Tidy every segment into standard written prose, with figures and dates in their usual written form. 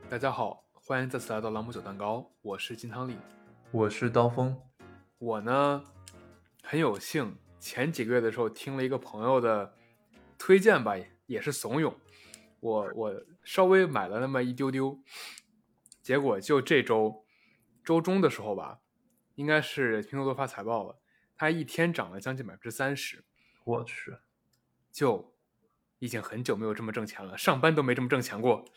大家好，欢迎再次来到朗姆酒蛋糕，我是金汤力。 我是刀锋。 我呢很有幸，前几个月的时候听了一个朋友的推荐吧，也是怂恿我稍微买了那么一丢丢，结果就这周中的时候吧，应该是拼多多发财报了，它一天涨了将近30%， 我去， 就已经很久没有这么挣钱了，上班都没这么挣钱过。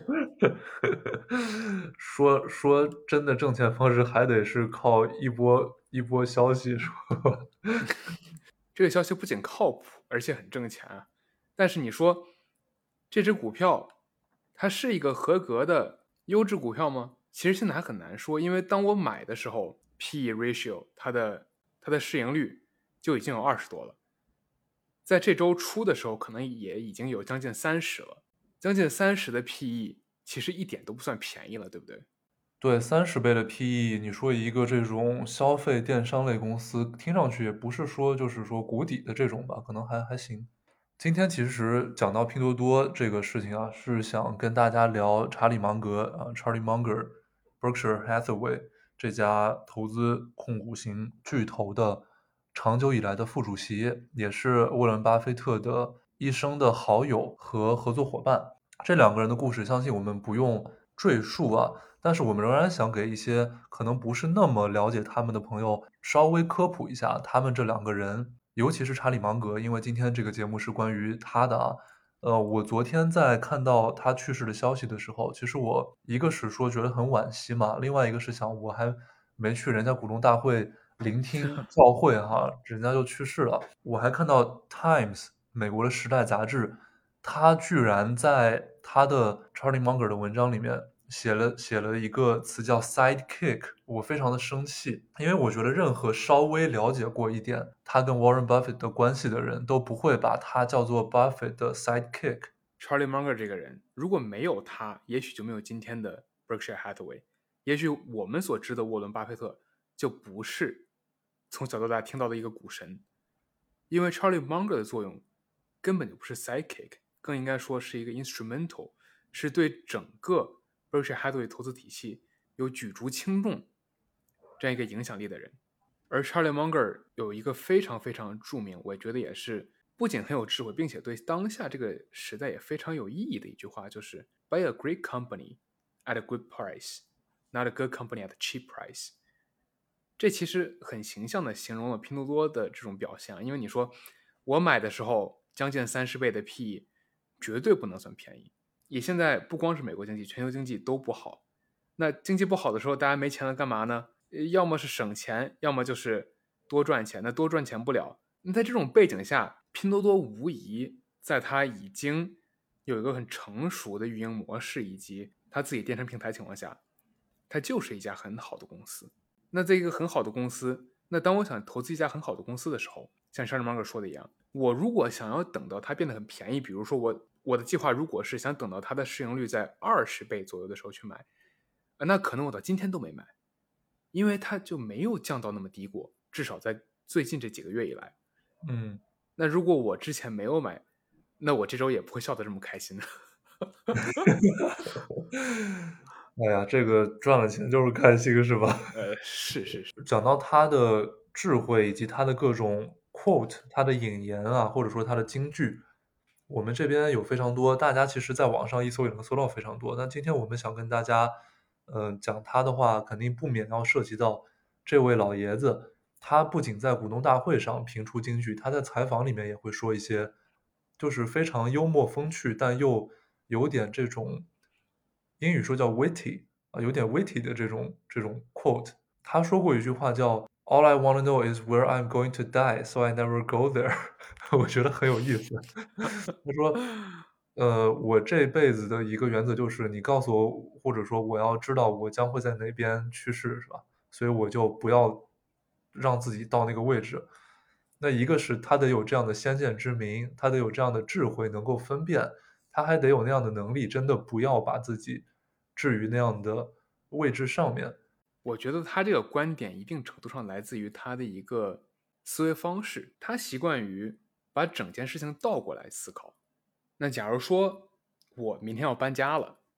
说真的，挣钱方式还得是靠一波消息说。 这个消息不仅靠谱，而且很挣钱啊。但是你说这只股票它是一个合格的优质股票吗？其实现在还很难说，因为当我买的时候，P/E ratio 它的市盈率就已经有20多了，在这周初的时候，可能也已经有将近30了，将近30的 P/E 其实一点都不算便宜了，对不对？ 对，30倍的 PE，你说一个这种消费电商类公司，听上去也不是说就是说谷底的这种吧，可能还行。今天其实讲到拼多多这个事情啊，是想跟大家聊查理芒格啊，Charlie Munger，Berkshire Hathaway 这家投资控股型巨头的长久以来的副主席，也是沃伦巴菲特的一生的好友和合作伙伴。这两个人的故事，相信我们不用赘述啊，但是我们仍然想给一些可能不是那么了解他们的朋友稍微科普一下他们这两个人，尤其是查理芒格，因为今天这个节目是关于他的啊。我昨天在看到他去世的消息的时候，其实我一个是说觉得很惋惜嘛，另外一个是想我还没去人家股东大会聆听教会哈，人家就去世了。我还看到《Times》美国的《时代》杂志，他居然在他的 Charlie Munger 的文章里面写了一个词叫 sidekick，我非常的生气，因为我觉得任何稍微了解过一点他跟 Warren Buffett 的关系的人都不会把他叫做 Buffett 的 sidekick。 Charlie Munger 这个人，如果没有他，也许就没有今天的 Berkshire Hathaway，也许我们所知的沃伦巴菲特就不是从小到大听到的一个股神，因为 Charlie Munger 的作用根本就不是 sidekick，更应该说是一个 instrumental，是对整个 Berkshire Hathaway 投资体系有举足轻重这样一个影响力的人。而 Charlie Munger 有一个非常非常著名，我觉得也是不仅很有智慧，并且对当下这个时代也非常有意义的一句话，就是 Buy a great company at a good price, not a good company at a cheap price。这其实很形象的形容了拼多多的这种表现，因为你说我买的时候将近30倍的 PE，绝对不能算便宜。也现在不光是美国经济，全球经济都不好。那经济不好的时候，大家没钱了干嘛呢？要么是省钱，要么就是多赚钱。那多赚钱不了，那在这种背景下，拼多多无疑在它已经有一个很成熟的运营模式以及它自己电商平台情况下，它就是一家很好的公司。那在一个很好的公司，那当我想投资一家很好的公司的时候，像商 h 芒格说的一样，我如果想要等到它变得很便宜，比如说我的计划如果是想等到它的市盈率在20倍左右的时候去买，那可能我到今天都没买，因为它就没有降到那么低过，至少在最近这几个月以来。 嗯， 那如果我之前没有买，那我这周也不会笑得这么开心的。 哎呀，这个赚了钱就是开心是吧？ 是， 讲到他的智慧以及他的各种 quote，他的引言啊，或者说他的金句，我们这边有非常多，大家其实在网上一搜也能搜到非常多。但今天我们想跟大家，讲他的话，肯定不免要涉及到这位老爷子，他不仅在股东大会上评出金句，他在采访里面也会说一些，就是非常幽默风趣，但又有点这种英语说叫 witty 啊，有点 witty 的这种 quote。他说过一句话叫 "All I want to know is where I'm going to die, so I never go there"，我觉得很有意思。他说，我这辈子的一个原则就是，你告诉我，或者说我要知道我将会在哪边去世，是吧？所以我就不要让自己到那个位置。那一个是他得有这样的先见之明，他得有这样的智慧，能够分辨，他还得有那样的能力，真的不要把自己置于那样的位置上面。 我觉得他这个观点一定程度上来自于他的一个思维方式，他习惯于把整件事情倒过来思考。那假如说我明天要搬家了，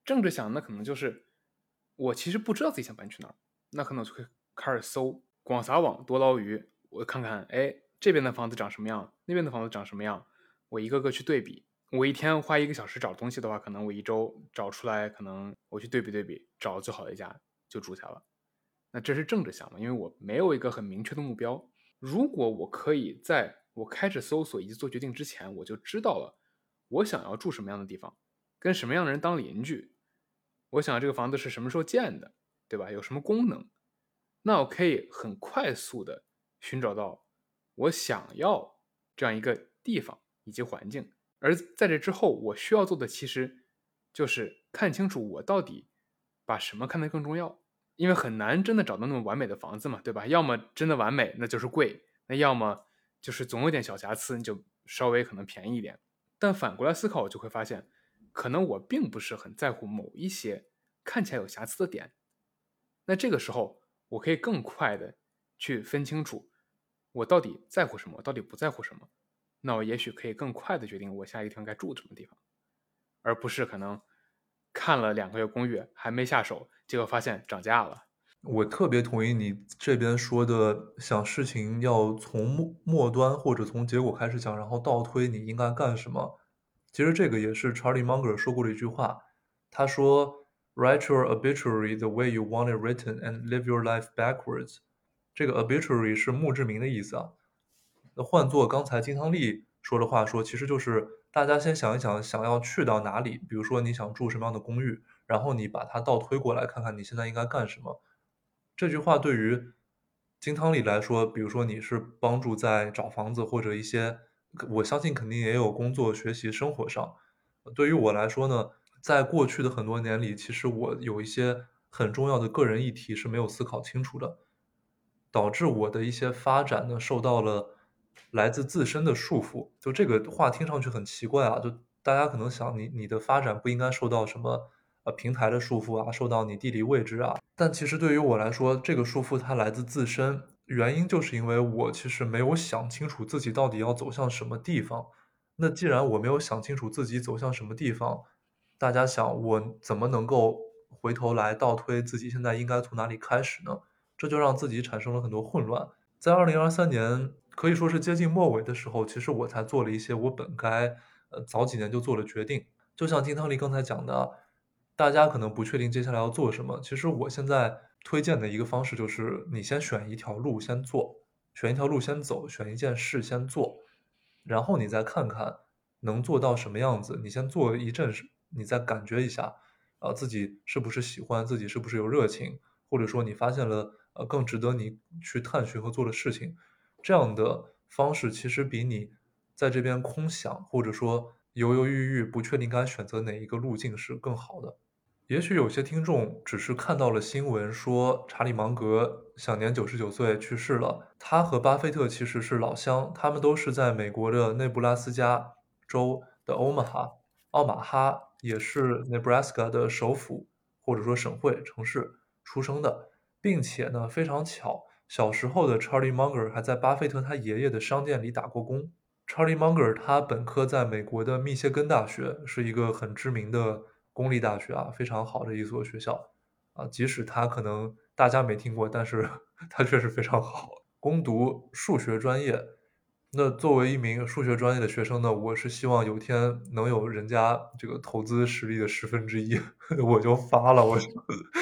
正着想，那可能就是我其实不知道自己想搬去哪儿，那可能就会开始搜，广撒网多捞鱼，我看看，哎，这边的房子长什么样，那边的房子长什么样，我一个个去对比。我一天花1个小时找东西的话，可能我1周找出来，可能我去对比对比，找最好的一家就住下了。那这是正着想嘛，因为我没有一个很明确的目标。如果我可以在我开始搜索以及做决定之前，我就知道了我想要住什么样的地方，跟什么样的人当邻居，我想要这个房子是什么时候建的，对吧？有什么功能，那我可以很快速的寻找到我想要这样一个地方以及环境。而在这之后，我需要做的其实就是看清楚我到底把什么看得更重要。因为很难真的找到那么完美的房子嘛，对吧？要么真的完美，那就是贵；那要么就是总有点小瑕疵，你就稍微可能便宜一点。但反过来思考，我就会发现，可能我并不是很在乎某一些看起来有瑕疵的点。那这个时候，我可以更快的去分清楚，我到底在乎什么，我到底不在乎什么。那我也许可以更快的决定我下一个地方该住什么地方，而不是可能看了2个月公寓还没下手，结果发现涨价了。 我特别同意你这边说的，想事情要从末端或者从结果开始讲，然后倒推你应该干什么。其实这个也是 Charlie Munger 说过的一句话，他说 "Write your obituary the way you want it written and live your life backwards." 这个 obituary 是墓志铭的意思啊。那换作刚才金汤力说的话说，其实就是大家先想一想，想要去到哪里，比如说你想住什么样的公寓，然后你把它倒推过来，看看你现在应该干什么。这句话对于金汤力来说，比如说你是帮助在找房子或者一些，我相信肯定也有工作、学习、生活上。对于我来说呢，在过去的很多年里，其实我有一些很重要的个人议题是没有思考清楚的，导致我的一些发展呢受到了来自自身的束缚。就这个话听上去很奇怪啊，就大家可能想你的发展不应该受到什么平台的束缚啊，受到你地理位置啊。但其实对于我来说，这个束缚它来自自身，原因就是因为我其实没有想清楚自己到底要走向什么地方。那既然我没有想清楚自己走向什么地方，大家想我怎么能够回头来倒推自己现在应该从哪里开始呢？这就让自己产生了很多混乱。在2023年可以说是接近末尾的时候，其实我才做了一些我本该早几年就做的决定。就像金汤力刚才讲的，大家可能不确定接下来要做什么。其实我现在推荐的一个方式就是，你先选一条路先做，选一条路先走，选一件事先做，然后你再看看能做到什么样子。你先做一阵时，你再感觉一下，自己是不是喜欢，自己是不是有热情，或者说你发现了更值得你去探寻和做的事情。这样的方式其实比你在这边空想，或者说犹犹豫豫，不确定该选择哪一个路径是更好的。也许有些听众只是看到了新闻说查理芒格享年99岁去世了，他和巴菲特其实是老乡，他们都是在美国的内布拉斯加州的奥马哈也是 Nebraska 的首府或者说省会城市出生的，并且呢非常巧，小时候的 Charlie Munger 还在巴菲特他爷爷的商店里打过工。Charlie Munger 他本科在美国的密歇根大学，是一个很知名的公立大学啊，非常好的一所学校啊。即使他可能大家没听过，但是他确实非常好。攻读数学专业，那作为一名数学专业的学生呢，我是希望有天能有人家这个投资实力的1/10，我就发了，我就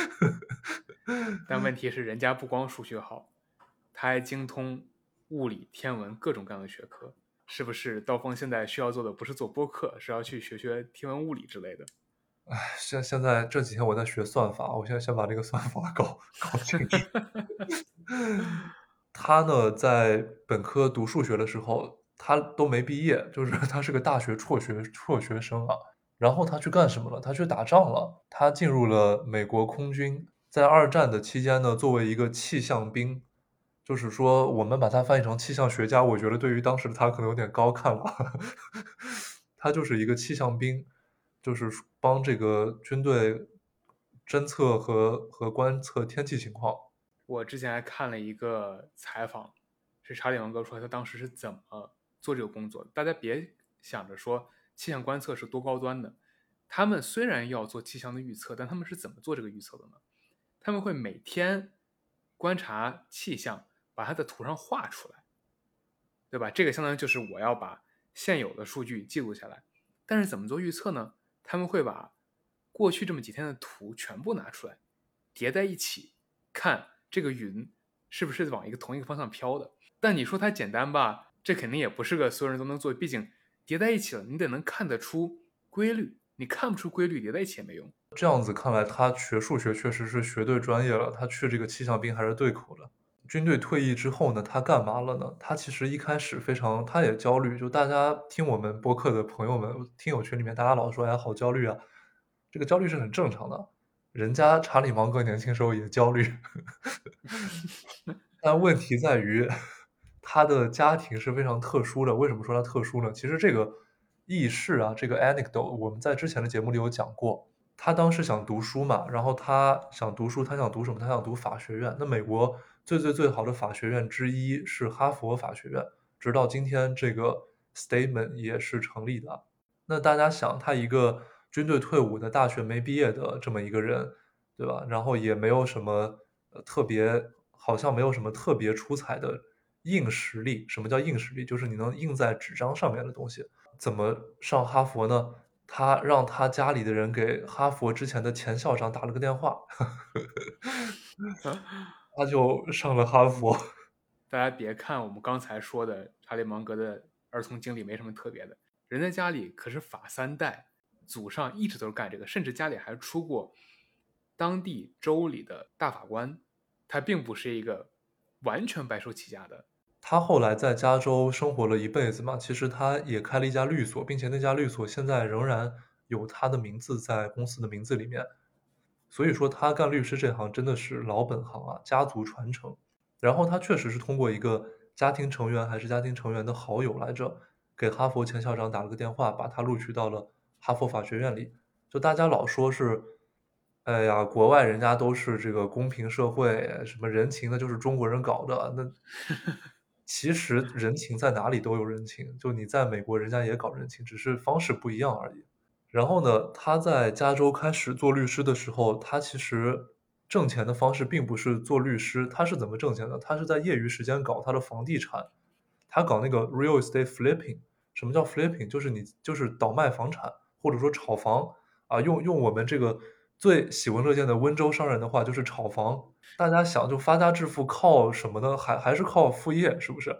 但问题是，人家不光数学好，他还精通物理、天文各种各样的学科。是不是刀锋现在需要做的不是做播客，是要去学学天文物理之类的？ 现在这几天我在学算法，我现在先把这个算法搞清楚。他呢，在本科读数学的时候，他都没毕业，就是他是个大学辍学生啊。然后他去干什么了？他去打仗了。他进入了美国空军，在二战的期间呢，作为一个气象兵，就是说我们把它翻译成气象学家，我觉得对于当时的他可能有点高看了。他就是一个气象兵，就是帮这个军队侦测和观测天气情况。 我之前还看了一个采访，是查理芒格说他当时是怎么做这个工作的。大家别想着说气象观测是多高端的， 他们虽然要做气象的预测，但他们是怎么做这个预测的呢？他们会每天观察气象，把它的图上画出来，对吧？这个相当于就是我要把现有的数据记录下来。但是怎么做预测呢？他们会把过去这么几天的图全部拿出来，叠在一起，看这个云是不是往同一个方向飘的。但你说它简单吧，这肯定也不是个所有人都能做，毕竟叠在一起了，你得能看得出规律，你看不出规律，叠在一起也没用。 这样子看来，他学数学确实是学对专业了，他去这个气象兵还是对口的。军队退役之后呢，他干嘛了呢？他其实一开始他也焦虑，就大家听我们播客的朋友们，听友群里面大家老说，哎，好焦虑啊，这个焦虑是很正常的，人家查理芒格年轻时候也焦虑，但问题在于他的家庭是非常特殊的。为什么说他特殊呢？其实这个轶事啊，这个 anecdote 我们在之前的节目里有讲过。他当时想读书嘛，然后他想读书，他想读什么？他想读法学院。那美国最好的法学院之一是哈佛法学院，直到今天这个 statement 也是成立的。那大家想，他一个军队退伍的大学没毕业的这么一个人，对吧？然后也没有什么特别，好像没有什么特别出彩的硬实力。什么叫硬实力？就是你能印在纸张上面的东西。怎么上哈佛呢？他让他家里的人给哈佛之前的前校长打了个电话，他就上了哈佛。 大家别看我们刚才说的查理芒格的儿童经历没什么特别的，人在家里可是法三代，祖上一直都是干这个，甚至家里还出过当地州里的大法官，他并不是一个完全白手起家的。 他后来在加州生活了一辈子嘛，其实他也开了一家律所，并且那家律所现在仍然有他的名字在公司的名字里面。所以说他干律师这行真的是老本行啊，家族传承。然后他确实是通过一个家庭成员还是家庭成员的好友来着，给哈佛前校长打了个电话，把他录取到了哈佛法学院里。就大家老说是，哎呀，国外人家都是这个公平社会，什么人情的，就是中国人搞的。那其实人情在哪里都有人情，就你在美国，人家也搞人情，只是方式不一样而已。然后呢，他在加州开始做律师的时候，他其实挣钱的方式并不是做律师，他是怎么挣钱的？他是在业余时间搞他的房地产，他搞那个 real estate flipping。什么叫 flipping？就是倒卖房产，或者说炒房啊。用我们这个最喜闻乐见的温州商人的话，就是炒房。大家想，就发家致富靠什么呢？还是靠副业，是不是？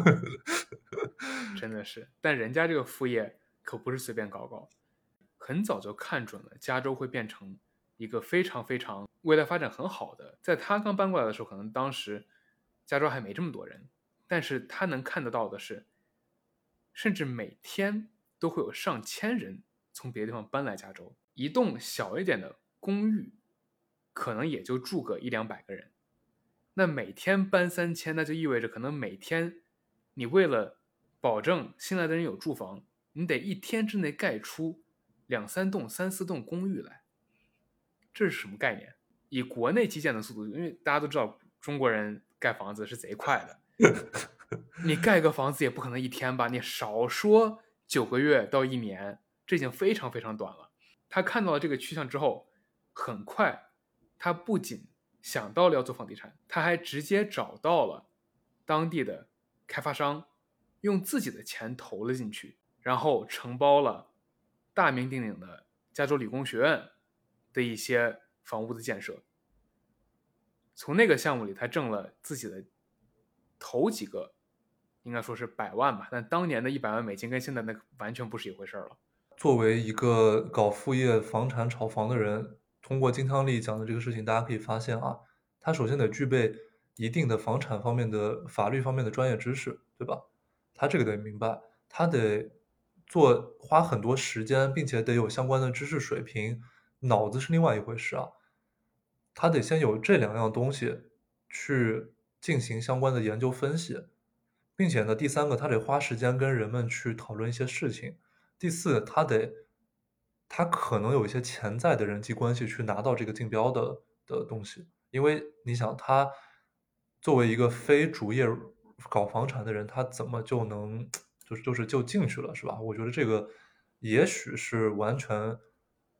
真的是，但人家这个副业可不是随便搞搞，很早就看准了加州会变成一个非常非常未来发展很好的。在他刚搬过来的时候，可能当时加州还没这么多人，但是他能看得到的是，甚至每天都会有上千人从别的地方搬来加州。一栋小一点的公寓，可能也就住个100-200个人。那每天搬3000，那就意味着可能每天你为了保证新来的人有住房，你得一天之内盖出2-3栋、3-4栋公寓来。这是什么概念？以国内基建的速度，因为大家都知道中国人盖房子是贼快的，你盖个房子也不可能一天吧？你少说9个月到1年，这已经非常非常短了。他看到了这个趋向之后，很快他不仅想到了要做房地产，他还直接找到了当地的开发商，用自己的钱投了进去，然后承包了大名鼎鼎的加州理工学院的一些房屋的建设。从那个项目里，他挣了自己的头几个，应该说是100万吧，但当年的100万美金跟现在那完全不是一回事了。 作为一个搞副业、房产炒房的人，通过金汤力讲的这个事情，大家可以发现啊，他首先得具备一定的房产方面的、法律方面的专业知识，对吧？他这个得明白，他得花很多时间，并且得有相关的知识水平，脑子是另外一回事啊。他得先有这两样东西去进行相关的研究分析，并且呢，第三个，他得花时间跟人们去讨论一些事情。第四，他可能有一些潜在的人际关系去拿到这个竞标的东西，因为你想，他作为一个非主业搞房产的人，他怎么就能就进去了，是吧？我觉得这个也许是完全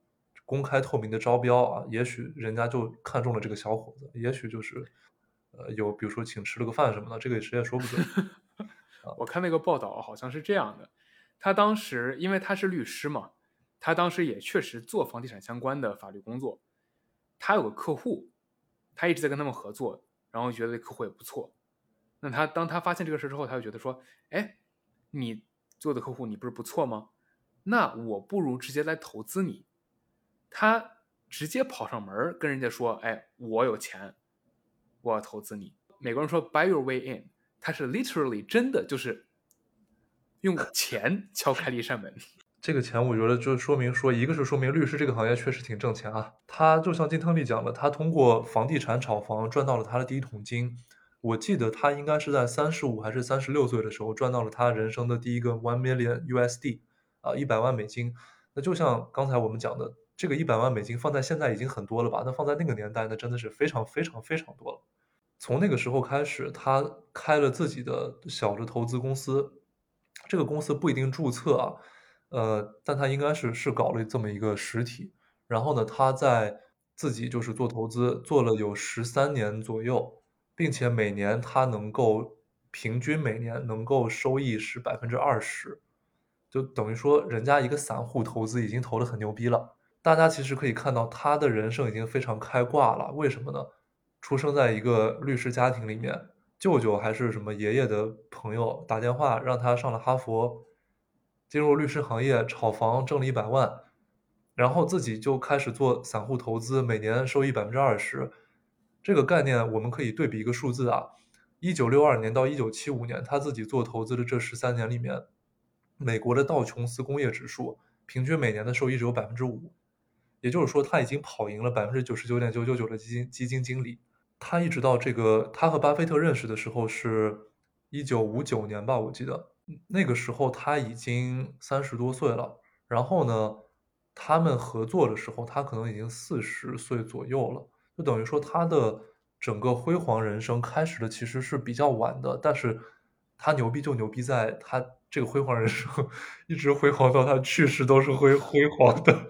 公开透明的招标啊，也许人家就看中了这个小伙子，也许就是有比如说请吃了个饭什么的，这个谁也说不准。 我看那个报道好像是这样的，他当时因为他是律师嘛，他当时也确实做房地产相关的法律工作，他有个客户，他一直在跟他们合作，然后觉得客户也不错。那当他发现这个事之后，他就觉得说，哎，你做的客户你不是不错吗？那我不如直接来投资你。他直接跑上门跟人家说，哎，我有钱，我要投资你。美国人说 buy your way in，他是 literally 真的就是用钱敲开了一扇门。 这个钱我觉得就说明说，一个是说明律师这个行业确实挺挣钱啊。他就像金汤力讲的，他通过房地产炒房赚到了他的第一桶金。我记得他应该是在35还是36岁的时候赚到了他人生的第一个1 million USD 啊，100万美金。那就像刚才我们讲的，这个100万美金放在现在已经很多了吧？那放在那个年代，那真的是非常非常非常多了。从那个时候开始，他开了自己的小的投资公司，这个公司不一定注册啊，但他应该是搞了这么一个实体。然后呢，他在自己就是做投资，做了有13年左右，并且每年他能够平均每年能够收益是20%，就等于说人家一个散户投资已经投得很牛逼了。大家其实可以看到他的人生已经非常开挂了，为什么呢？出生在一个律师家庭里面，舅舅还是什么爷爷的朋友打电话让他上了哈佛，进入律师行业炒房挣了100万，然后自己就开始做散户投资，每年收益20%。这个概念我们可以对比一个数字啊，1962年到1975年，他自己做投资的这13年里面，美国的道琼斯工业指数平均每年的收益只有5%，也就是说他已经跑赢了99.999%的基金经理。他一直到这个，他和巴菲特认识的时候是1959年吧，我记得那个时候他已经30多岁了。然后呢，他们合作的时候，他可能已经40岁左右了，就等于说他的整个辉煌人生开始的其实是比较晚的。但是他牛逼就牛逼在他这个辉煌人生一直辉煌到他去世都是辉煌的。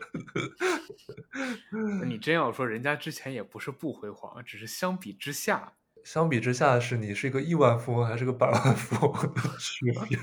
你真要说，人家之前也不是不辉煌，只是相比之下， 相比之下，是你是一个亿万富翁还是个百万富翁的区别。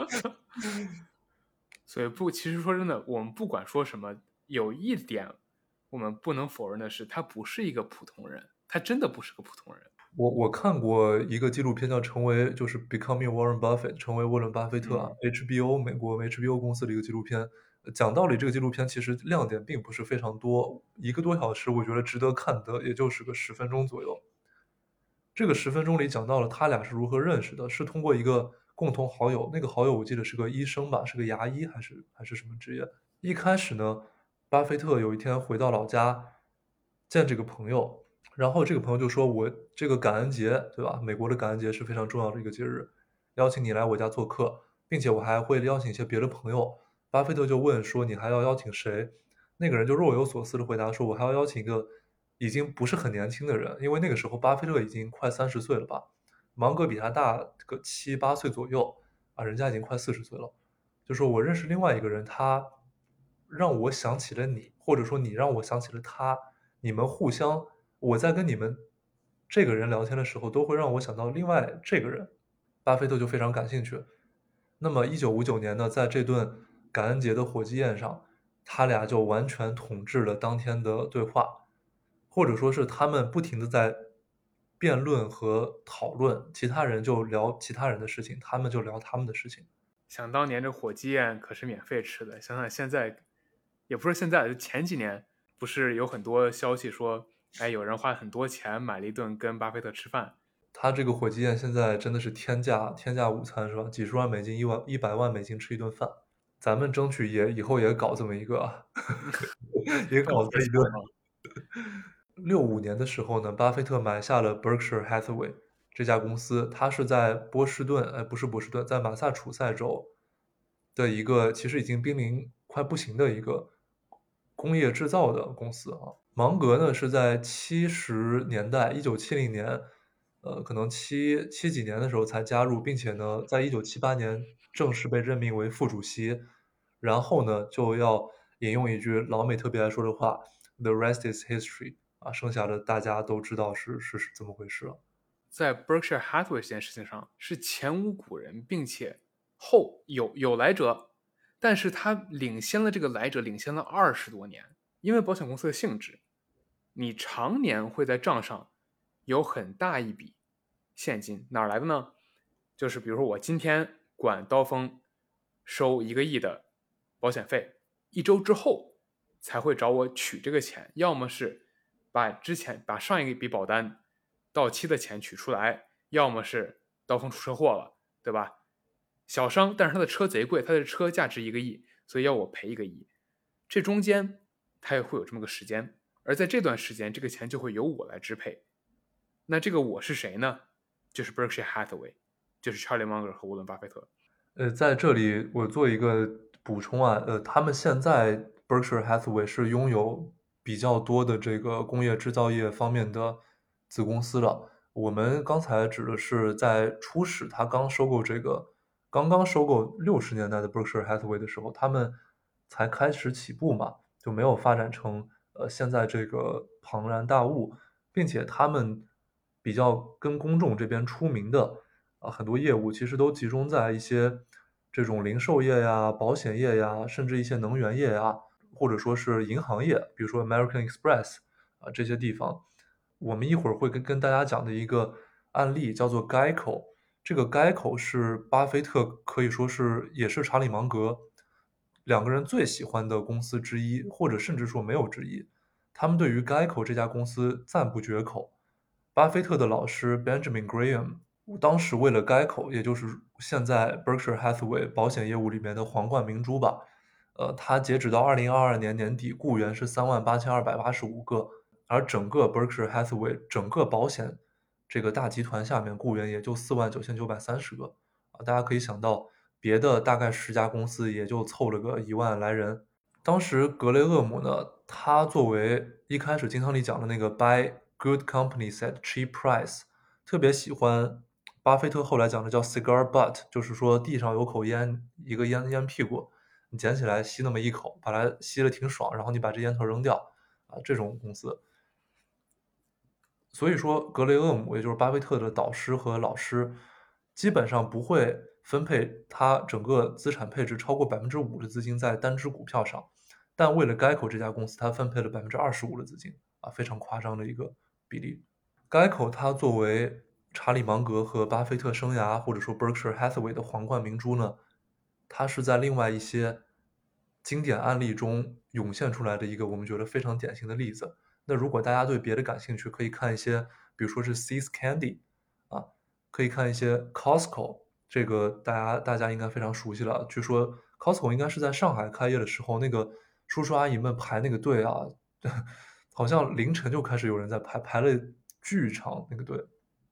所以其实说真的，我们不管说什么，有一点我们不能否认的是，他不是一个普通人，他真的不是个普通人。 我看过一个纪录片，叫《成为》，就是 Becoming Warren Buffett，成为沃伦巴菲特啊，HBO 美国 HBO 公司的一个纪录片。讲道理，这个纪录片其实亮点并不是非常多，1个多小时，我觉得值得看的也就是个10分钟左右。这个10分钟里讲到了他俩是如何认识的，是通过一个共同好友，那个好友我记得是个医生吧，是个牙医还是什么职业。一开始呢，巴菲特有一天回到老家见这个朋友，然后这个朋友就说：“我这个感恩节，对吧？美国的感恩节是非常重要的一个节日，邀请你来我家做客，并且我还会邀请一些别的朋友。”巴菲特就问说：“你还要邀请谁？”那个人就若有所思的回答说：“我还要邀请一个已经不是很年轻的人，因为那个时候巴菲特已经快30岁了吧，芒格比他大个7、8岁左右啊，人家已经快40岁了。就说我认识另外一个人，他让我想起了你，或者说你让我想起了他，你们互相，我在跟你们这个人聊天的时候，都会让我想到另外这个人。”巴菲特就非常感兴趣。那么1959年呢，在这顿感恩节的火鸡宴上，他俩就完全统治了当天的对话，或者说是他们不停的在辩论和讨论，其他人就聊其他人的事情，他们就聊他们的事情。 想当年这火鸡宴可是免费吃的，想想现在，也不是现在，就前几年不是有很多消息说，哎，有人花很多钱买了一顿跟巴菲特吃饭。 他这个火鸡宴现在真的是天价午餐是吧？几十万美金、100万美金吃一顿饭，咱们争取以后也搞这么一个啊，也更搞这一顿。 值钱吗？ 65年的时候呢，巴菲特买下了 Berkshire Hathaway 这家公司，它是在波士顿，不是波士顿，在马萨诸塞州的一个其实已经濒临快不行的一个工业制造的公司啊。芒格呢是在70年代，1970年，可能七几年的时候才加入，并且在1978年正式被任命为副主席，然后呢就要引用一句老美特别爱说的话：“The rest is history” 啊，剩下的大家都知道是怎么回事了。 在 Berkshire Hathaway 这件事情上是前无古人，并且后有来者，但是他领先了这个来者，领先了20多年。因为保险公司的性质，你常年会在账上有很大一笔现金，哪儿来的呢？就是比如说我今天管刀锋收1个亿的保险费，1周之后才会找我取这个钱，要么是把上一笔保单到期的钱取出来，要么是刀锋出车祸了，对吧？小伤，但是他的车贼贵，他的车价值1个亿，所以要我赔1个亿。这中间他也会有这么个时间，而在这段时间，这个钱就会由我来支配。那这个我是谁呢？就是 Berkshire Hathaway，就是 Charlie Munger 和沃伦巴菲特。 在这里我做一个补充啊，他们现在 Berkshire Hathaway 是拥有比较多的这个工业制造业方面的子公司了。我们刚才指的是在初始他刚刚收购60年代的 Berkshire Hathaway 的时候，他们才开始起步嘛，就没有发展成现在这个庞然大物，并且他们比较跟公众这边出名的很多业务其实都集中在一些这种零售业呀、保险业呀，甚至一些能源业呀，或者说是银行业，比如说 American Express 这些地方。我们一会儿会跟大家讲的一个案例叫做 Geico，这个 Geico 是巴菲特可以说也是查理芒格两个人最喜欢的公司之一，或者甚至说没有之一。他们对于 Geico 这家公司赞不绝口。巴菲特的老师 Benjamin Graham 当时为了 Geico，也就是现在 Berkshire Hathaway 保险业务里面的皇冠明珠吧，他截止到2022年年底，雇员是38285个，而整个 Berkshire Hathaway 整个保险这个大集团下面雇员也就49930个啊，大家可以想到，别的大概10家公司也就凑了个1万来人。当时格雷厄姆呢，他作为一开始金汤力讲的那个 buy good companies at cheap price，特别喜欢巴菲特后来讲的叫 cigar butt，就是说地上有口烟，一个烟屁股，你捡起来吸那么一口，把它吸了挺爽，然后你把这烟头扔掉啊，这种公司。所以说，格雷厄姆也就是巴菲特的导师和老师，基本上不会分配他整个资产配置超过5%的资金在单只股票上，但为了 Geico 这家公司，他分配了25%的资金啊，非常夸张的一个比例。Geico 它作为查理芒格和巴菲特生涯或者说 Berkshire Hathaway 的皇冠明珠呢，它是在另外一些经典案例中涌现出来的一个我们觉得非常典型的例子。那如果大家对别的感兴趣，可以看一些，比如说是 See's Candy 啊，可以看一些 Costco，这个大家应该非常熟悉了。据说 Costco 应该是在上海开业的时候，那个叔叔阿姨们排那个队啊，好像凌晨就开始有人在排了巨长那个队。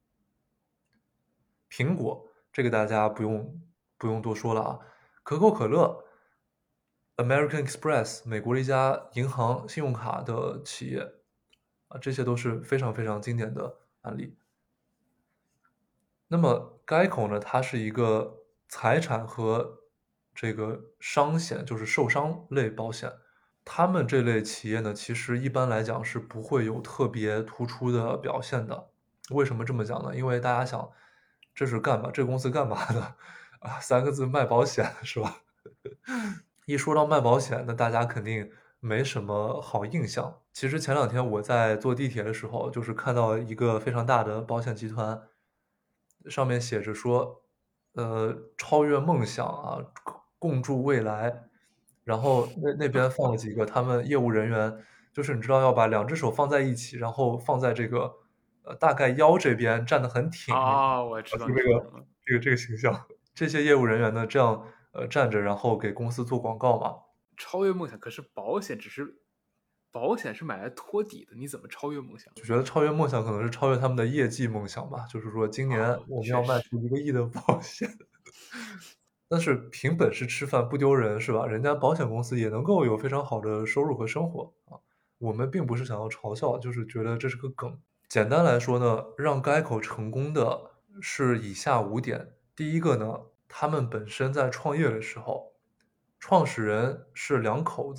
苹果这个大家不用多说了啊，可口可乐、American Express 美国的一家银行信用卡的企业啊，这些都是非常非常经典的案例。那么 Geico 呢，它是一个财产和这个伤险，就是受伤类保险。他们这类企业呢，其实一般来讲是不会有特别突出的表现的。为什么这么讲呢？因为大家想，这公司干嘛的啊？3个字卖保险是吧？一说到卖保险，那大家肯定没什么好印象。其实前2天我在坐地铁的时候，就是看到一个非常大的保险集团，上面写着说，超越梦想啊，共筑未来。然后那边放了几个他们业务人员，就是你知道要把2只手放在一起，然后放在这个大概腰这边站得很挺， 啊，我知道出这个你说什么。 这个形象。这些业务人员呢，这样站着，然后给公司做广告嘛。 超越梦想，可是保险是买来托底的，你怎么超越梦想就觉得超越梦想可能是超越他们的业绩梦想吧，就是说今年啊？ 我们要卖确实， 出1个亿的保险。但是凭本事吃饭不丢人，是吧？人家保险公司也能够有非常好的收入和生活啊。我们并不是想要嘲笑，就是觉得这是个梗。简单来说呢，让 Geico 成功的是以下5点。第一个呢，他们本身在创业的时候，创始人是2口子，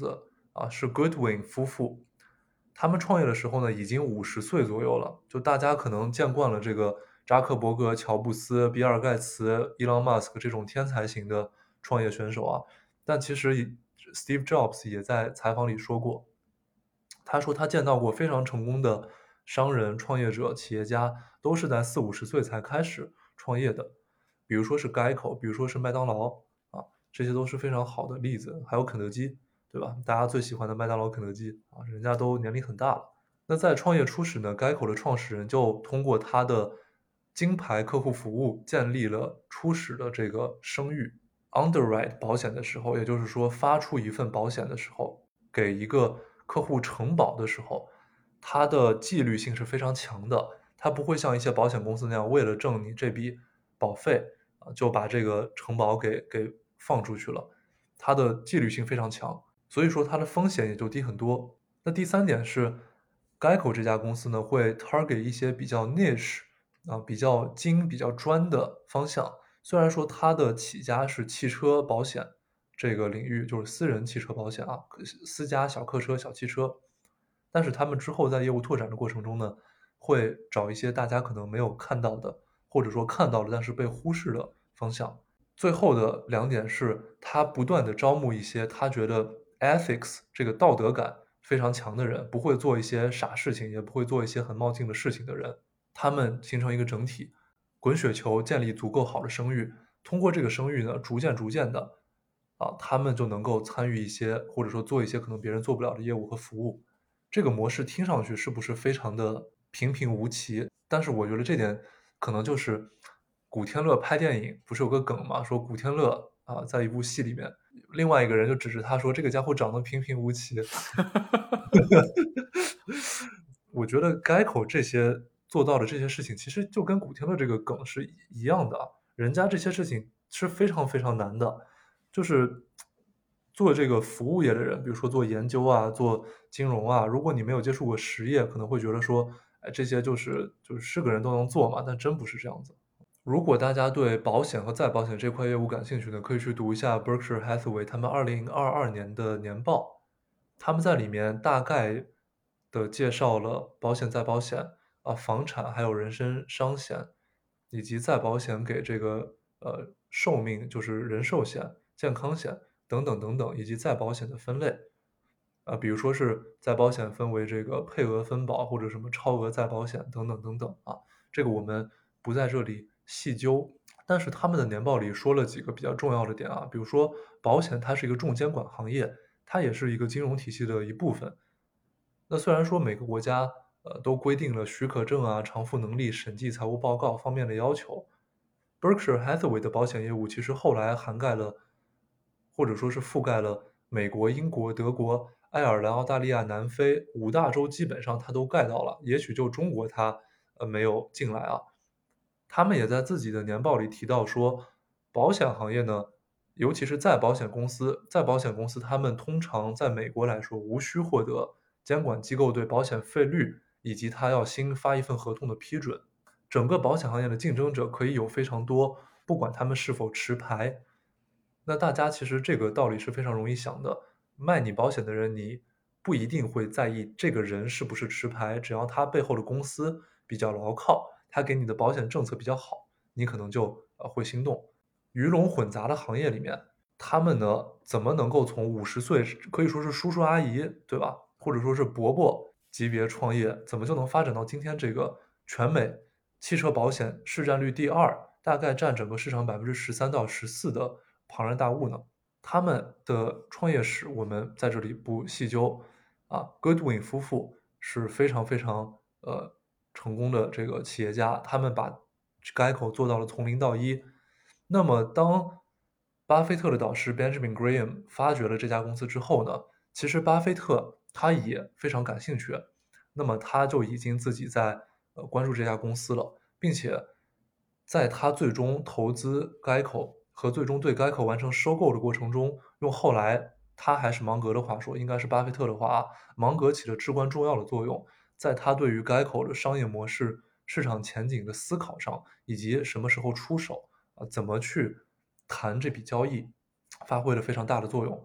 是 Goodwin 夫妇。他们创业的时候呢，已经50岁左右了。就大家可能见惯了这个扎克伯格、乔布斯、比尔盖茨、伊朗马斯克这种天才型的创业选手啊，但其实Steve Jobs 也在采访里说过，他说他见到过非常成功的商人、创业者、企业家，都是在40、50岁才开始创业的。比如说是 Geico，比如说是麦当劳啊，这些都是非常好的例子。还有肯德基，对吧？大家最喜欢的麦当劳、肯德基啊，人家都年龄很大了。那在创业初始呢，Geico 的创始人就通过他的金牌客户服务，建立了初始的这个声誉。Underwrite 保险的时候，也就是说发出一份保险的时候，给一个客户承保的时候，它的纪律性是非常强的。它不会像一些保险公司那样，为了挣你这笔保费就把这个承保给放出去了。它的纪律性非常强，所以说它的风险也就低很多。那第三点是，Geico 这家公司呢会 target 一些比较 niche 比较精、比较专的方向。虽然说它的起家是汽车保险这个领域，就是私人汽车保险啊，私家小客车、小汽车，但是他们之后在业务拓展的过程中呢，会找一些大家可能没有看到的，或者说看到了但是被忽视的方向。最后的两点是，他不断的招募一些他觉得 ethics 这个道德感非常强的人，不会做一些傻事情，也不会做一些很冒进的事情的人，他们形成一个整体，滚雪球建立足够好的声誉，通过这个声誉呢，逐渐的他们就能够参与一些或者说做一些可能别人做不了的业务和服务。这个模式听上去是不是非常的平平无奇？但是我觉得这点可能就是古天乐拍电影不是有个梗嘛，说古天乐在一部戏里面，另外一个人就指着他说这个家伙长得平平无奇。我觉得 Geico 这些做到的这些事情，其实就跟古天乐这个梗是一样的啊，人家这些事情是非常非常难的，就是做这个服务业的人，比如说做研究啊，做金融啊，如果你没有接触过实业，可能会觉得说，哎，这些就是个人都能做嘛，但真不是这样子。如果大家对保险和再保险这块业务感兴趣呢，可以去读一下 Berkshire Hathaway 他们2022年的年报，他们在里面大概的介绍了保险、再保险房产还有人身伤险，以及再保险给这个寿命，就是人寿险、健康险等等等等，以及再保险的分类。比如说是再保险分为这个配额分保或者什么超额再保险等等等等这个我们不在这里细究。但是他们的年报里说了几个比较重要的点比如说保险它是一个重监管行业，它也是一个金融体系的一部分。那虽然说每个国家都规定了许可证偿付能力、审计财务报告方面的要求，Berkshire Hathaway 的保险业务其实后来涵盖了，或者说是覆盖了美国、英国、德国、爱尔兰、澳大利亚、南非5大洲，基本上它都盖到了。也许就中国它没有进来他们也在自己的年报里提到说，保险行业呢，尤其是再保险公司他们通常在美国来说，无需获得监管机构对保险费率以及他要新发一份合同的批准。整个保险行业的竞争者可以有非常多，不管他们是否持牌。那大家其实这个道理是非常容易想的，卖你保险的人，你不一定会在意这个人是不是持牌，只要他背后的公司比较牢靠，他给你的保险政策比较好，你可能就会心动。鱼龙混杂的行业里面，他们呢怎么能够从50岁可以说是叔叔阿姨，对吧？或者说是伯伯级别创业，怎么就能发展到今天这个全美汽车保险市占率第2，大概占整个市场13%到14%的庞然大物呢？他们的创业史我们在这里不细究Goodwin 夫妇是非常非常成功的这个企业家，他们把 Geico 做到了从零到一。那么当巴菲特的导师 Benjamin Graham 发掘了这家公司之后呢，其实巴菲特他也非常感兴趣，那么他就已经自己在关注这家公司了，并且在他最终投资 Geico 和最终对 Geico 完成收购的过程中，用后来他还是芒格的话说，应该是巴菲特的话芒格起了至关重要的作用，在他对于 Geico 的商业模式、市场前景的思考上，以及什么时候出手怎么去谈这笔交易，发挥了非常大的作用。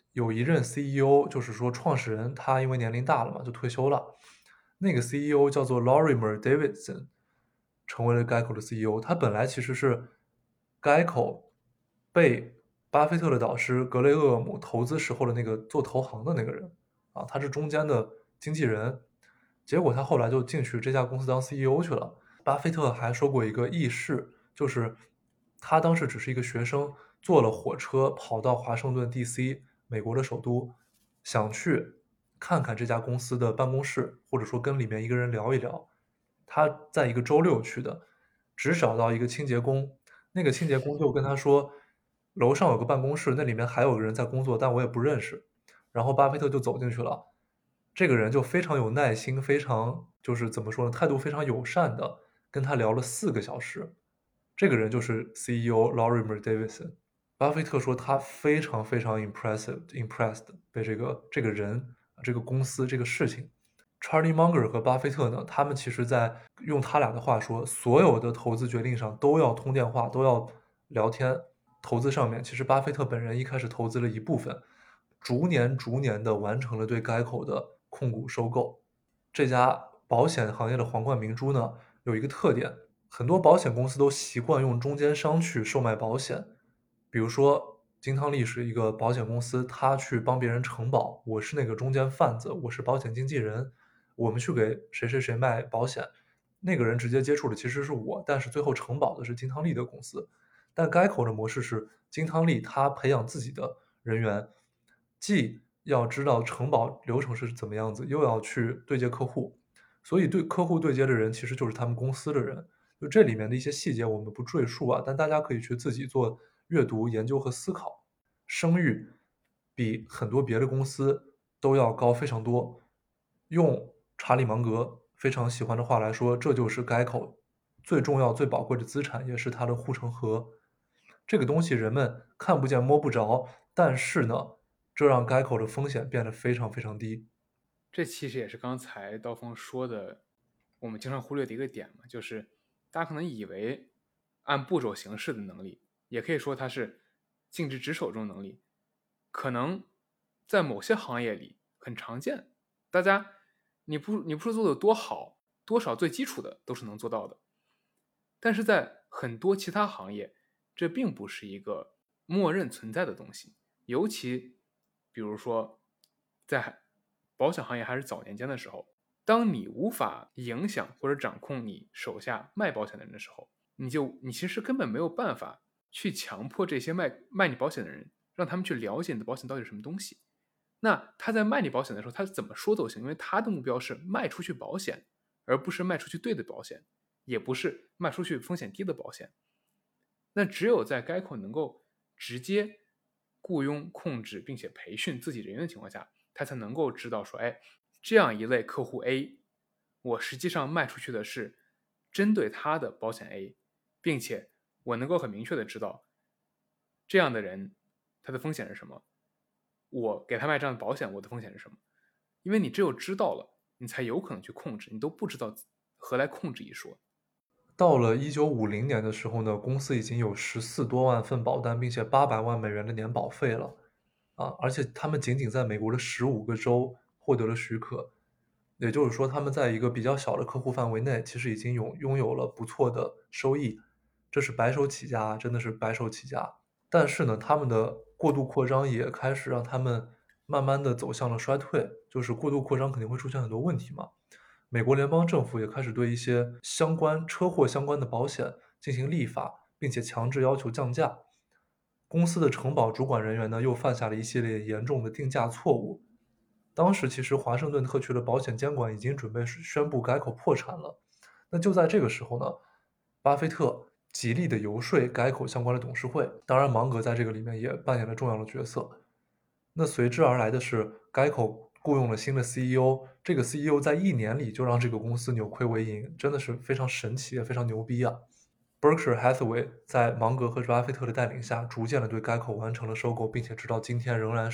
有一任 CEO，就是说创始人，他因为年龄大了嘛，就退休了。那个 CEO 叫做 Lorimer Davidson，成为了该口的 CEO。他本来其实是该口被巴菲特的导师格雷厄姆投资时候的那个做投行的那个人啊，他是中间的经纪人。结果他后来就进去这家公司当 CEO 去了。巴菲特还说过一个轶事，就是他当时只是一个学生，坐了火车跑到华盛顿 DC，美国的首都，想去看看这家公司的办公室，或者说跟里面一个人聊一聊。他在一个周六去的，只找到一个清洁工，那个清洁工就跟他说，楼上有个办公室，那里面还有个人在工作，但我也不认识。然后巴菲特就走进去了，这个人就非常有耐心，非常就是怎么说呢，态度非常友善的跟他聊了4个小时。这个人就是 CEO Lorimer Davidson。巴菲特说他非常非常 impressed 被这个人、这个公司、这个事情。Charlie Munger 和巴菲特呢，他们其实在用他俩的话说，所有的投资决定上都要通电话，都要聊天。投资上面，其实巴菲特本人一开始投资了一部分，逐年的完成了对该口的控股收购。这家保险行业的皇冠明珠呢，有一个特点，很多保险公司都习惯用中间商去售卖保险。比如说，金汤力是一个保险公司，他去帮别人承保，我是那个中间贩子，我是保险经纪人，我们去给谁谁谁卖保险，那个人直接接触的其实是我，但是最后承保的是金汤力的公司。但该口的模式是金汤力他培养自己的人员，既要知道承保流程是怎么样子，又要去对接客户，所以对客户对接的人其实就是他们公司的人。就这里面的一些细节我们不赘述啊，但大家可以去自己做阅读、研究和思考。声誉比很多别的公司都要高非常多。用查理芒格非常喜欢的话来说，这就是该口最重要、最宝贵的资产，也是它的护城河。这个东西人们看不见、摸不着，但是呢，这让该口的风险变得非常非常低。 这其实也是刚才刀锋说的，我们经常忽略的一个点嘛，就是大家可能以为按步骤行事的能力，也可以说它是尽职职守这种能力，可能在某些行业里很常见。大家你不说做的多好，多少最基础的都是能做到的。但是在很多其他行业，这并不是一个默认存在的东西。尤其比如说，在保险行业还是早年间的时候，当你无法影响或者掌控你手下卖保险的人的时候，你其实根本没有办法去强迫这些卖你保险的人，让他们去了解你的保险到底是什么东西。那他在卖你保险的时候，他怎么说都行，因为他的目标是卖出去保险，而不是卖出去对的保险，也不是卖出去风险低的保险。那只有在该口能够直接雇佣、控制并且培训自己人员的情况下，他才能够知道说，哎，这样一类客户 A，我实际上卖出去的是针对他的保险 A，并且我能够很明确的知道这样的人他的风险是什么，我给他卖这样的保险，我的风险是什么？因为你只有知道了，你才有可能去控制，你都不知道何来控制一说。 到了1950年的时候呢，公司已经有14多万份保单，并且800万美元的年保费了。而且他们仅仅在美国的15个州获得了许可，也就是说，他们在一个比较小的客户范围内，其实已经拥有了不错的收益。这是白手起家，真的是白手起家。但是呢，他们的过度扩张也开始让他们慢慢的走向了衰退，就是过度扩张肯定会出现很多问题嘛。美国联邦政府也开始对一些车祸相关的保险进行立法，并且强制要求降价。公司的承保主管人员呢，又犯下了一系列严重的定价错误。当时其实华盛顿特区的保险监管已经准备宣布该口破产了。那就在这个时候呢，巴菲特极力的游说该口相关的董事会，当然芒格在这个里面也扮演了重要的角色。那随之而来的是，该口雇佣了新的 CEO，这个 CEO 在1年里就让这个公司扭亏为盈，真的是非常神奇，也非常牛逼啊！Berkshire Hathaway 在芒格和巴菲特的带领下，逐渐的对该口完成了收购，并且直到今天仍然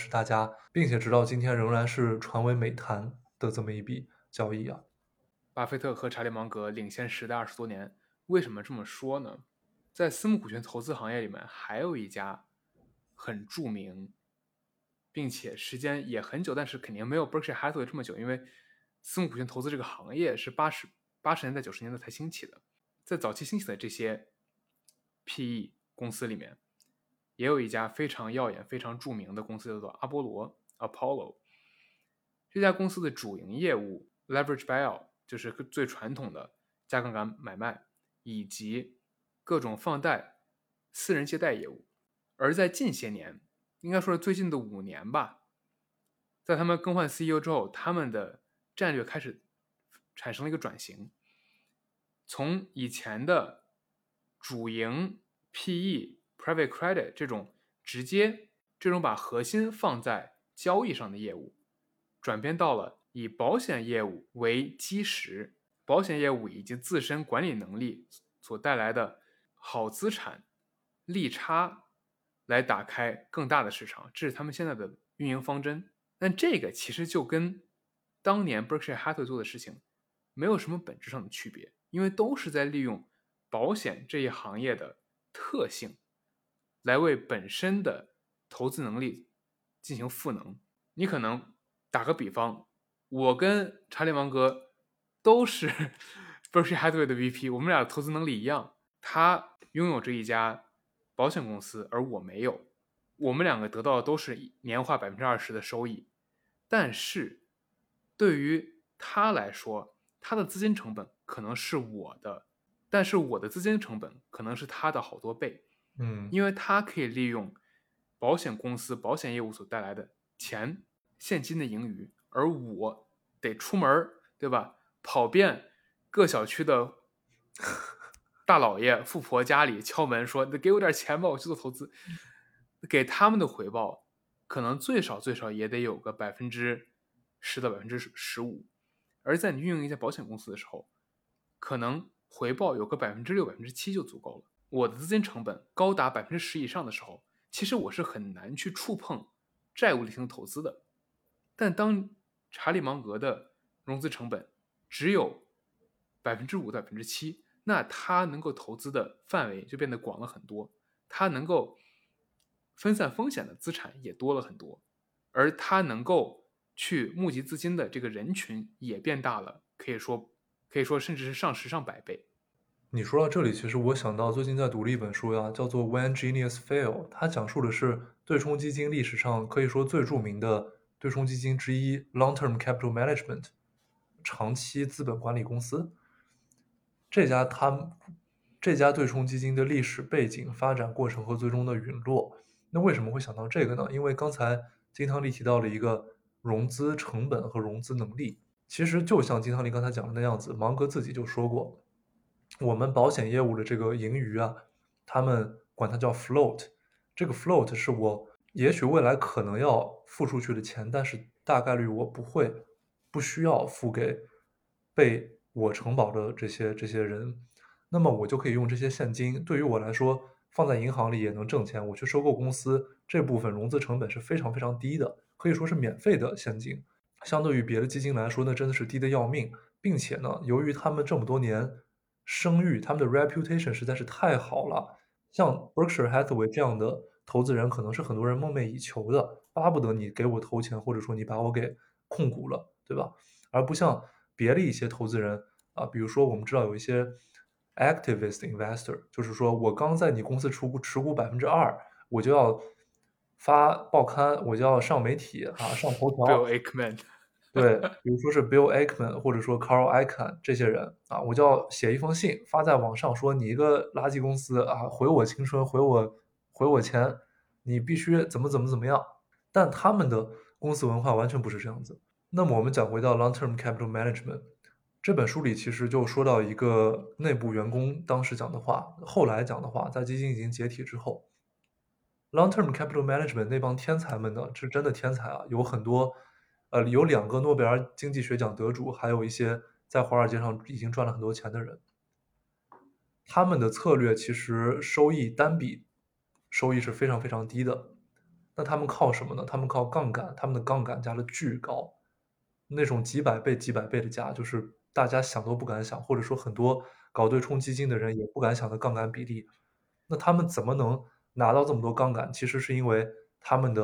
是传为美谈的这么一笔交易啊。 巴菲特和查理芒格领先时代20多年，为什么这么说呢？在私募股权投资行业里面，还有一家很著名， 并且时间也很久，但是肯定没有 Berkshire Hathaway 这么久，因为私募股权投资这个行业是80年代90年代才兴起的。在早期兴起的这些 PE 公司里面，也有一家非常耀眼、非常著名的公司叫做阿波罗 （Apollo）。这家公司的主营业务 leverage buyout 就是最传统的加杠杆买卖，以及各种放贷、私人借贷业务。而在近些年，应该说是最近的5年吧，在他们更换 CEO 之后，他们的战略开始产生了一个转型，从以前的主营 PE、private credit 这种把核心放在交易上的业务，转变到了以保险业务为基石，保险业务以及自身管理能力所带来的好资产利差来打开更大的市场，这是他们现在的运营方针。但这个其实就跟当年 Berkshire Hathaway 做的事情没有什么本质上的区别，因为都是在利用保险这一行业的特性来为本身的投资能力进行赋能。你可能打个比方，我跟查理芒格都是 Berkshire Hathaway 的 VP， 我们俩的投资能力一样，他拥有着一家保险公司，而我没有，我们两个得到的都是年化20%的收益，但是对于他来说，他的资金成本可能是我的，但是我的资金成本可能是他的好多倍。因为他可以利用保险公司、保险业务所带来的现金的盈余，而我得出门，对吧？跑遍各小区的大老爷、富婆家里敲门说：“给我点钱吧，我去做投资。”给他们的回报可能最少也得有个10%到15%，而在你运营一家保险公司的时候，可能回报有个6%、7%就足够了。我的资金成本高达10%以上的时候，其实我是很难去触碰债务类型投资的。但当查理芒格的融资成本只有5%到7%，那他能够投资的范围就变得广了很多，他能够分散风险的资产也多了很多，而他能够去募集资金的这个人群也变大了，可以说甚至是上10上100倍。 你说到这里，其实我想到最近在读了一本书呀，叫做《When Genius Fail》，它讲述的是对冲基金历史上可以说最著名的对冲基金之一 （Long-Term Capital Management） 长期资本管理公司。这家对冲基金的历史背景、发展过程和最终的陨落。那为什么会想到这个呢？因为刚才金汤力提到了一个融资成本和融资能力。其实就像金汤力刚才讲的那样子，芒格自己就说过，我们保险业务的这个盈余啊，他们管它叫 float。这个 float 是我也许未来可能要付出去的钱，但是大概率我不需要付给被我承保的这些人，那么我就可以用这些现金，对于我来说，放在银行里也能挣钱。我去收购公司，这部分融资成本是非常非常低的，可以说是免费的现金。相对于别的基金来说，那真的是低的要命。并且呢，由于他们这么多年声誉，他们的 reputation 实在是太好了，像 Berkshire Hathaway 这样的投资人，可能是很多人梦寐以求的，巴不得你给我投钱，或者说你把我给控股了，对吧？而不像别的一些投资人啊，比如说我们知道有一些 activist investor，就是说我刚在你公司持股2%，我就要发报刊，我就要上媒体啊，上头条。 Bill Ackman 对，比如说是 Bill Ackman 或者说 Carl Icahn 这些人啊，我就要写一封信发在网上，说你一个垃圾公司啊，毁我青春，毁我钱，你必须怎么样。但他们的公司文化完全不是这样子。那么我们讲回到 Long-Term Capital Management 这本书里，其实就说到一个内部员工当时讲的话，后来讲的话，在基金已经解体之后，Long-Term Capital Management 那帮天才们呢，是真的天才啊，有很多，有2个诺贝尔经济学奖得主，还有一些在华尔街上已经赚了很多钱的人。他们的策略其实单笔收益是非常非常低的。那他们靠什么呢？他们靠杠杆，他们的杠杆加的巨高，那种几百倍、几百倍的加，就是大家想都不敢想，或者说很多搞对冲基金的人也不敢想的杠杆比例。那他们怎么能拿到这么多杠杆？其实是因为他们的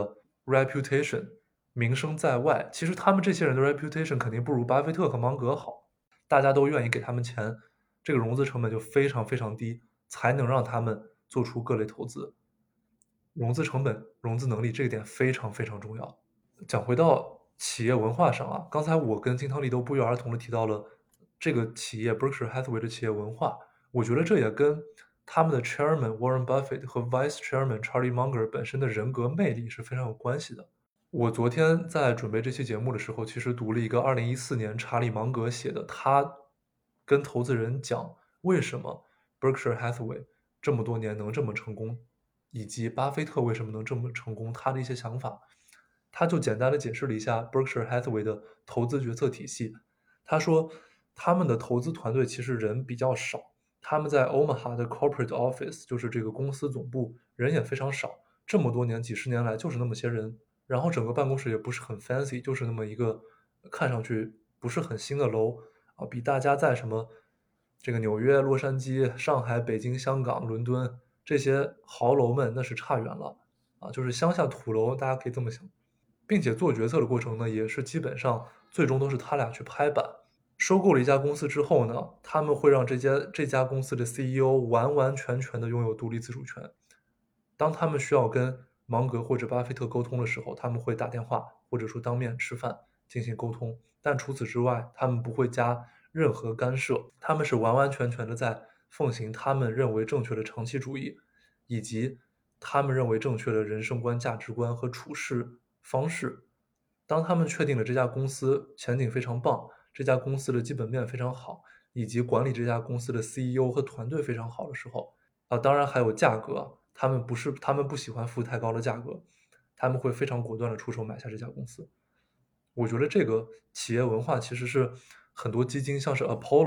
reputation 名声在外，其实他们这些人的 reputation 肯定不如巴菲特和芒格好，大家都愿意给他们钱，这个融资成本就非常非常低，才能让他们做出各类投资。融资成本、融资能力这个点非常非常重要。讲回到企业文化上啊，刚才我跟金汤力都不约而同的提到了这个企业 Berkshire Hathaway 的企业文化，我觉得这也跟他们的 Chairman Warren Buffett 和 Vice Chairman Charlie Munger 本身的人格魅力是非常有关系的。我昨天在准备这期节目的时候，其实读了一个2014年查理芒格写的，他跟投资人讲为什么 Berkshire Hathaway 这么多年能这么成功，以及巴菲特为什么能这么成功，他的一些想法。他就简单的解释了一下 Berkshire Hathaway 的投资决策体系。他说，他们的投资团队其实人比较少，他们在 Omaha 的 corporate office，就是这个公司总部，人也非常少。这么多年、几十年来就是那么些人，然后整个办公室也不是很 fancy，就是那么一个看上去不是很新的楼啊，比大家在什么这个纽约、洛杉矶、上海、北京、香港、伦敦这些豪楼们那是差远了啊，就是乡下土楼，大家可以这么想。并且做决策的过程呢，也是基本上最终都是他俩去拍板。收购了一家公司之后呢，他们会让这家公司的 CEO 完完全全的拥有独立自主权。当他们需要跟芒格或者巴菲特沟通的时候，他们会打电话或者说当面吃饭进行沟通。但除此之外，他们不会加任何干涉，他们是完完全全的在奉行他们认为正确的长期主义，以及他们认为正确的人生观、价值观和处事方式。当他们确定了这家公司前景非常棒，这家公司的基本面非常好，以及管理这家公司的 CEO 和团队非常好的时候，当然还有价格，他们不喜欢付太高的价格，他们会非常果断的出手买下这家公司。我觉得这个企业文化其实是很多基金，像是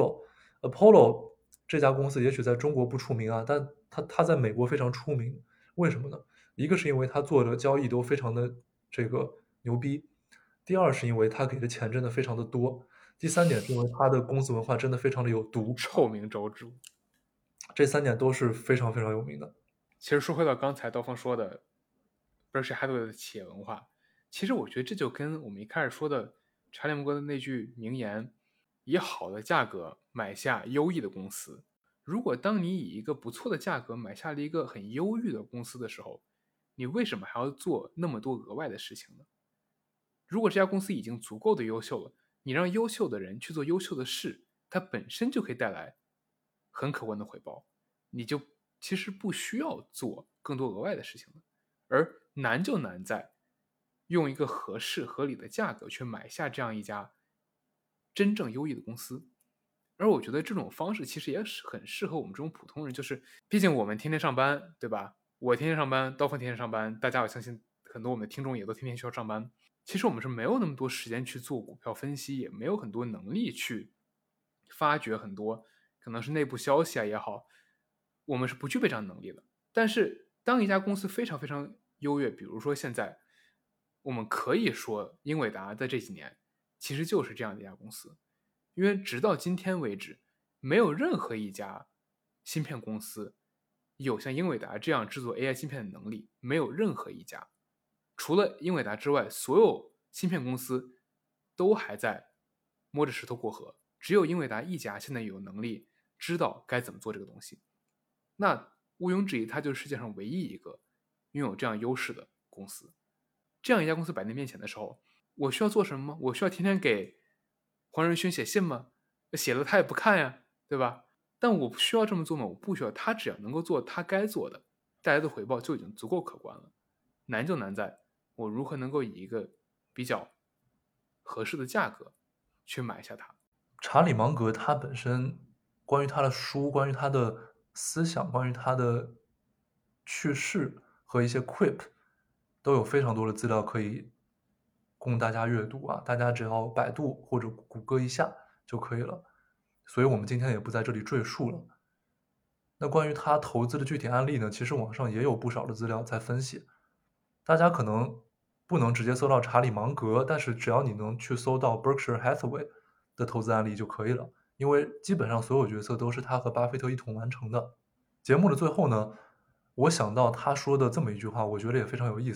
Apollo 这家公司也许在中国不出名啊，但它在美国非常出名。为什么呢？一个是因为它做的交易都非常的这个牛逼，第二是因为它给的钱真的非常的多，第三点是因为它的公司文化真的非常的有毒， 臭名昭著。 这三点都是非常非常有名的。 其实说回到刚才刀锋说的 Berkshire Hathaway 的企业文化，其实我觉得这就跟我们一开始说的查理芒格的那句名言，以好的价格买下优异的公司。如果当你以一个不错的价格买下了一个很优异的公司的时候，你为什么还要做那么多额外的事情呢？如果这家公司已经足够的优秀了，你让优秀的人去做优秀的事，它本身就可以带来很可观的回报，你就其实不需要做更多额外的事情了。而难就难在用一个合适合理的价格去买下这样一家真正优异的公司。而我觉得这种方式其实也是很适合我们这种普通人，就是毕竟我们天天上班，对吧？我天天上班，刀锋天天上班，大家我相信很多我们的听众也都天天需要上班。其实我们是没有那么多时间去做股票分析，也没有很多能力去发掘很多可能是内部消息啊也好，我们是不具备这样能力的。但是当一家公司非常非常优越，比如说现在我们可以说英伟达在这几年其实就是这样的一家公司，因为直到今天为止，没有任何一家芯片公司有像英伟达这样制作 AI 芯片的能力，没有任何一家。除了英伟达之外，所有芯片公司都还在摸着石头过河，只有英伟达一家现在有能力知道该怎么做这个东西。那毋庸置疑，它就是世界上唯一一个拥有这样优势的公司。这样一家公司摆在面前的时候，我需要做什么吗？我需要天天给黄仁勋写信吗？写了他也不看呀，对吧？但我不需要这么做吗？我不需要，他只要能够做他该做的，带来的回报就已经足够可观了。难就难在我如何能够以一个比较合适的价格去买下它。 查理芒格他本身关于他的书、关于他的思想、关于他的去世和一些 quip 都有非常多的资料可以供大家阅读啊，大家只要百度或者谷歌一下就可以了。所以我们今天也不在这里赘述了。那关于他投资的具体案例呢，其实网上也有不少的资料在分析。大家可能不能直接搜到查理芒格，但是只要你能去搜到 Berkshire Hathaway 的投资案例就可以了，因为基本上所有决策都是他和巴菲特一同完成的。节目的最后呢，我想到他说的这么一句话，我觉得也非常有意思啊。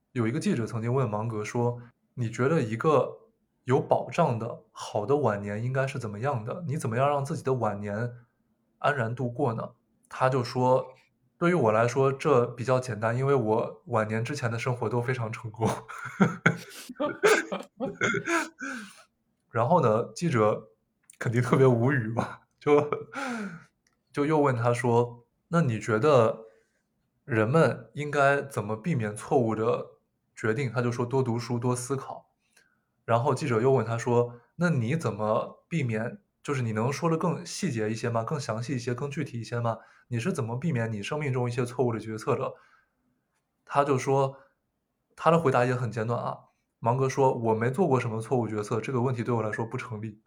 有一个记者曾经问芒格说：“你觉得一个有保障的好的晚年应该是怎么样的？你怎么样让自己的晚年安然度过呢？”他就说：“对于我来说，这比较简单，因为我晚年之前的生活都非常成功。”然后呢，记者肯定特别无语吧，就又问他说：“那你觉得人们应该怎么避免错误的决定？”他就说：“多读书，多思考。”然后记者又问他说：“那你怎么避免？就是你能说的更细节一些吗？更详细一些，更具体一些吗？你是怎么避免你生命中一些错误的决策的？”他就说，他的回答也很简短啊。芒格说：“我没做过什么错误决策，这个问题对我来说不成立。”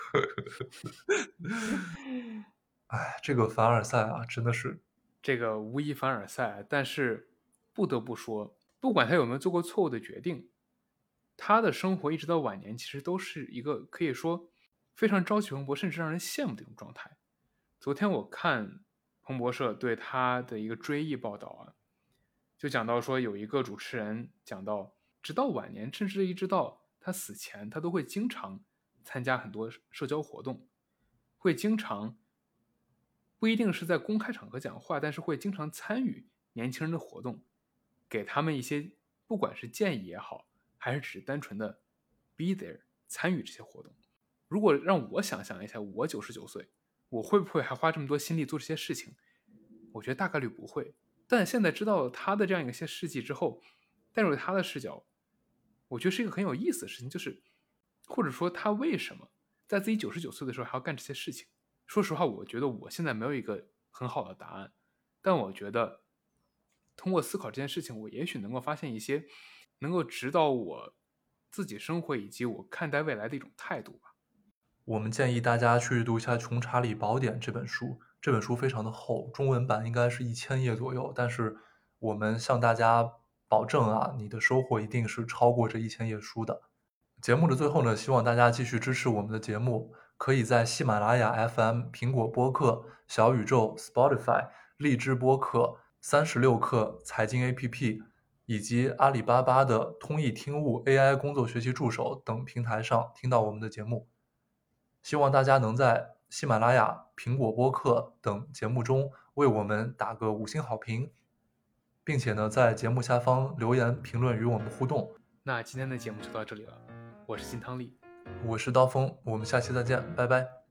哎，这个凡尔赛啊，真的是这个无疑凡尔赛，但是不得不说，不管他有没有做过错误的决定，他的生活一直到晚年，其实都是一个可以说非常朝气蓬勃，甚至让人羡慕的一种状态。昨天我看彭博社对他的一个追忆报道啊，就讲到说有一个主持人讲到，直到晚年，甚至一直到他死前，他都会经常参加很多社交活动，会经常不一定是在公开场合讲话，但是会经常参与年轻人的活动，给他们一些不管是建议也好，还是只是单纯的 be there 参与这些活动。如果让我想象一下，我99岁，我会不会还花这么多心力做这些事情？我觉得大概率不会。但现在知道了他的这样一些事迹之后，带入他的视角，我觉得是一个很有意思的事情，就是或者说他为什么在自己99岁的时候还要干这些事情？说实话，我觉得我现在没有一个很好的答案，但我觉得通过思考这件事情，我也许能够发现一些能够指导我自己生活以及我看待未来的一种态度吧。 我们建议大家去读一下《穷查理宝典》这本书。这本书非常的厚，中文版应该是1000页左右，但是我们向大家保证啊，你的收获一定是超过这1000页书的。节目的最后呢，希望大家继续支持我们的节目，可以在喜马拉雅 FM、苹果播客、小宇宙、Spotify、荔枝播客、36课财经 APP 以及阿里巴巴的通义听悟 AI 工作学习助手等平台上听到我们的节目。希望大家能在喜马拉雅、苹果播客等节目中为我们打个5星好评，并且呢，在节目下方留言评论与我们互动。 那今天的节目就到这里了，我是金汤力。 我是刀锋，我们下期再见，拜拜。